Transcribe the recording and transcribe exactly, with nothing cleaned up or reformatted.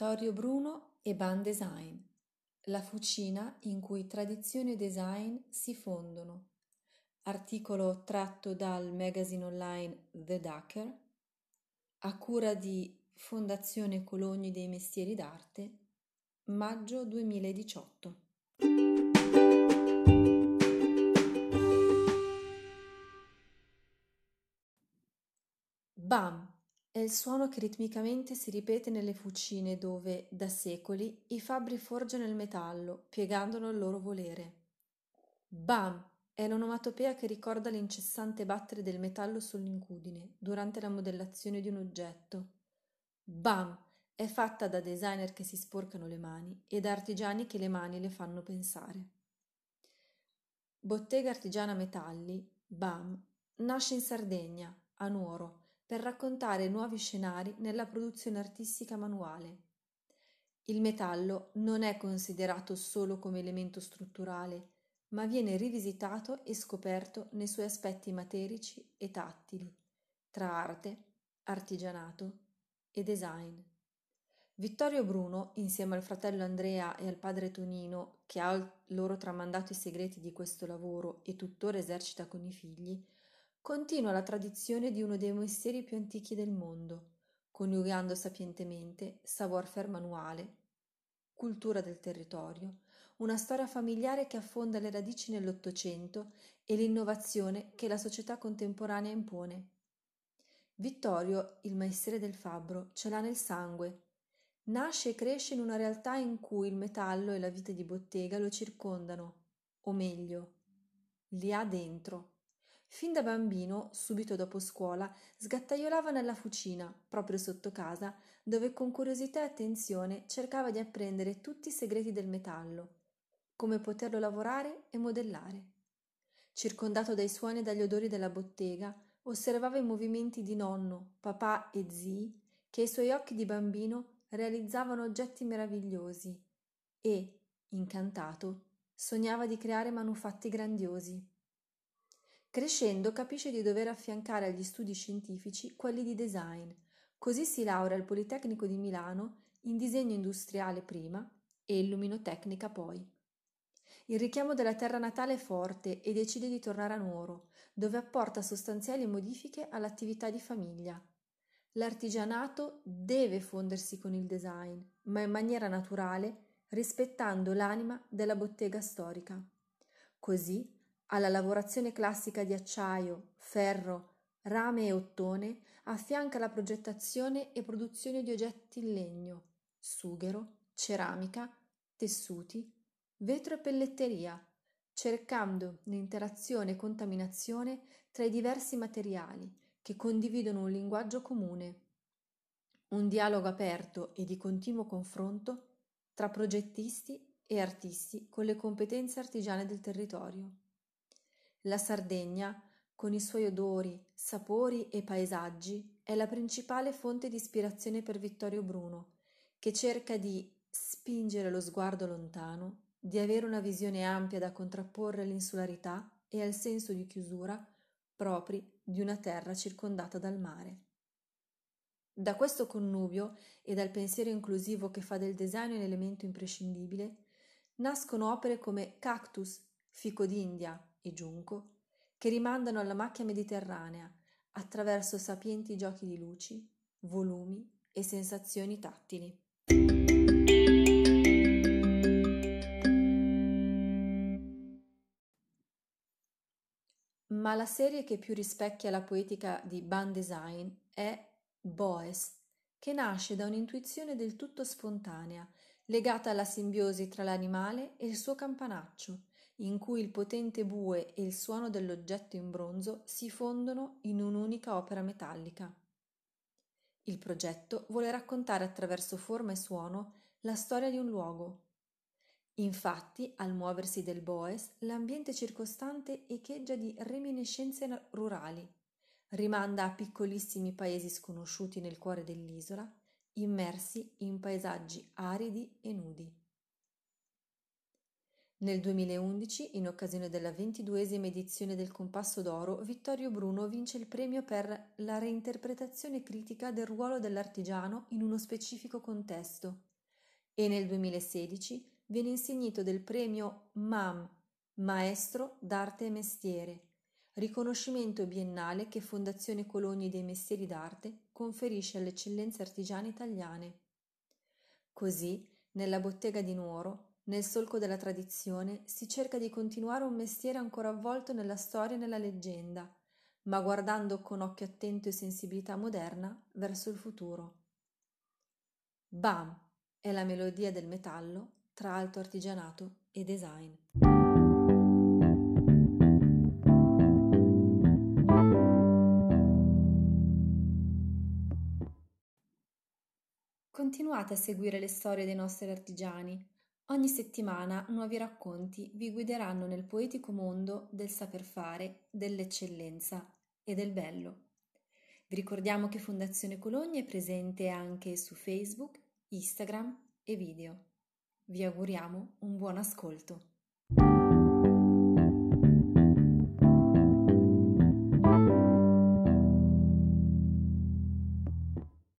Vittorio Bruno e Ban Design, la fucina in cui tradizione e design si fondono. Articolo tratto dal magazine online The Ducker, a cura di Fondazione Cologni dei Mestieri d'Arte, maggio duemiladiciotto. Bam! È il suono che ritmicamente si ripete nelle fucine dove, da secoli, i fabbri forgiano il metallo, piegandolo al loro volere. Bam! È l'onomatopea che ricorda l'incessante battere del metallo sull'incudine durante la modellazione di un oggetto. Bam! È fatta da designer che si sporcano le mani e da artigiani che le mani le fanno pensare. Bottega Artigiana Metalli, Bam, nasce in Sardegna, a Nuoro, per raccontare nuovi scenari nella produzione artistica manuale. Il metallo non è considerato solo come elemento strutturale, ma viene rivisitato e scoperto nei suoi aspetti materici e tattili, tra arte, artigianato e design. Vittorio Bruno, insieme al fratello Andrea e al padre Tonino, che ha loro tramandato i segreti di questo lavoro e tuttora esercita con i figli, continua la tradizione di uno dei mestieri più antichi del mondo, coniugando sapientemente savoir-faire manuale, cultura del territorio, una storia familiare che affonda le radici nell'Ottocento e l'innovazione che la società contemporanea impone. Vittorio, il mestiere del fabbro, ce l'ha nel sangue. Nasce e cresce in una realtà in cui il metallo e la vita di bottega lo circondano, o meglio, li ha dentro. Fin da bambino, subito dopo scuola, sgattaiolava nella fucina, proprio sotto casa, dove con curiosità e attenzione cercava di apprendere tutti i segreti del metallo, come poterlo lavorare e modellare. Circondato dai suoni e dagli odori della bottega, osservava i movimenti di nonno, papà e zii, che ai suoi occhi di bambino realizzavano oggetti meravigliosi e, incantato, sognava di creare manufatti grandiosi. Crescendo capisce di dover affiancare agli studi scientifici quelli di design, così si laurea al Politecnico di Milano in disegno industriale prima e illuminotecnica poi. Il richiamo della terra natale è forte e decide di tornare a Nuoro, dove apporta sostanziali modifiche all'attività di famiglia. L'artigianato deve fondersi con il design, ma in maniera naturale, rispettando l'anima della bottega storica. Così, alla lavorazione classica di acciaio, ferro, rame e ottone, affianca la progettazione e produzione di oggetti in legno, sughero, ceramica, tessuti, vetro e pelletteria, cercando l'interazione e contaminazione tra i diversi materiali che condividono un linguaggio comune, un dialogo aperto e di continuo confronto tra progettisti e artisti con le competenze artigiane del territorio. La Sardegna, con i suoi odori, sapori e paesaggi, è la principale fonte di ispirazione per Vittorio Bruno, che cerca di spingere lo sguardo lontano, di avere una visione ampia da contrapporre all'insularità e al senso di chiusura propri di una terra circondata dal mare. Da questo connubio e dal pensiero inclusivo che fa del design un elemento imprescindibile, nascono opere come Cactus, Fico d'India e Giunco, che rimandano alla macchia mediterranea attraverso sapienti giochi di luci, volumi e sensazioni tattili. Ma la serie che più rispecchia la poetica di Ban Design è Boes, che nasce da un'intuizione del tutto spontanea, legata alla simbiosi tra l'animale e il suo campanaccio, in cui il potente bue e il suono dell'oggetto in bronzo si fondono in un'unica opera metallica. Il progetto vuole raccontare attraverso forma e suono la storia di un luogo. Infatti, al muoversi del Boes, l'ambiente circostante echeggia di reminiscenze rurali, rimanda a piccolissimi paesi sconosciuti nel cuore dell'isola, immersi in paesaggi aridi e nudi. Nel duemilaundici, in occasione della ventiduesima edizione del Compasso d'Oro, Vittorio Bruno vince il premio per la reinterpretazione critica del ruolo dell'artigiano in uno specifico contesto. e nel duemilasedici viene insignito del premio M A M, Maestro d'Arte e Mestiere, riconoscimento biennale che Fondazione Cologni dei Mestieri d'Arte conferisce alle eccellenze artigiane italiane. Così, nella bottega di Nuoro, nel solco della tradizione, si cerca di continuare un mestiere ancora avvolto nella storia e nella leggenda, ma guardando con occhio attento e sensibilità moderna verso il futuro. Bam! È la melodia del metallo tra alto artigianato e design. Continuate a seguire le storie dei nostri artigiani. Ogni settimana nuovi racconti vi guideranno nel poetico mondo del saper fare, dell'eccellenza e del bello. Vi ricordiamo che Fondazione Cologni è presente anche su Facebook, Instagram e video. Vi auguriamo un buon ascolto.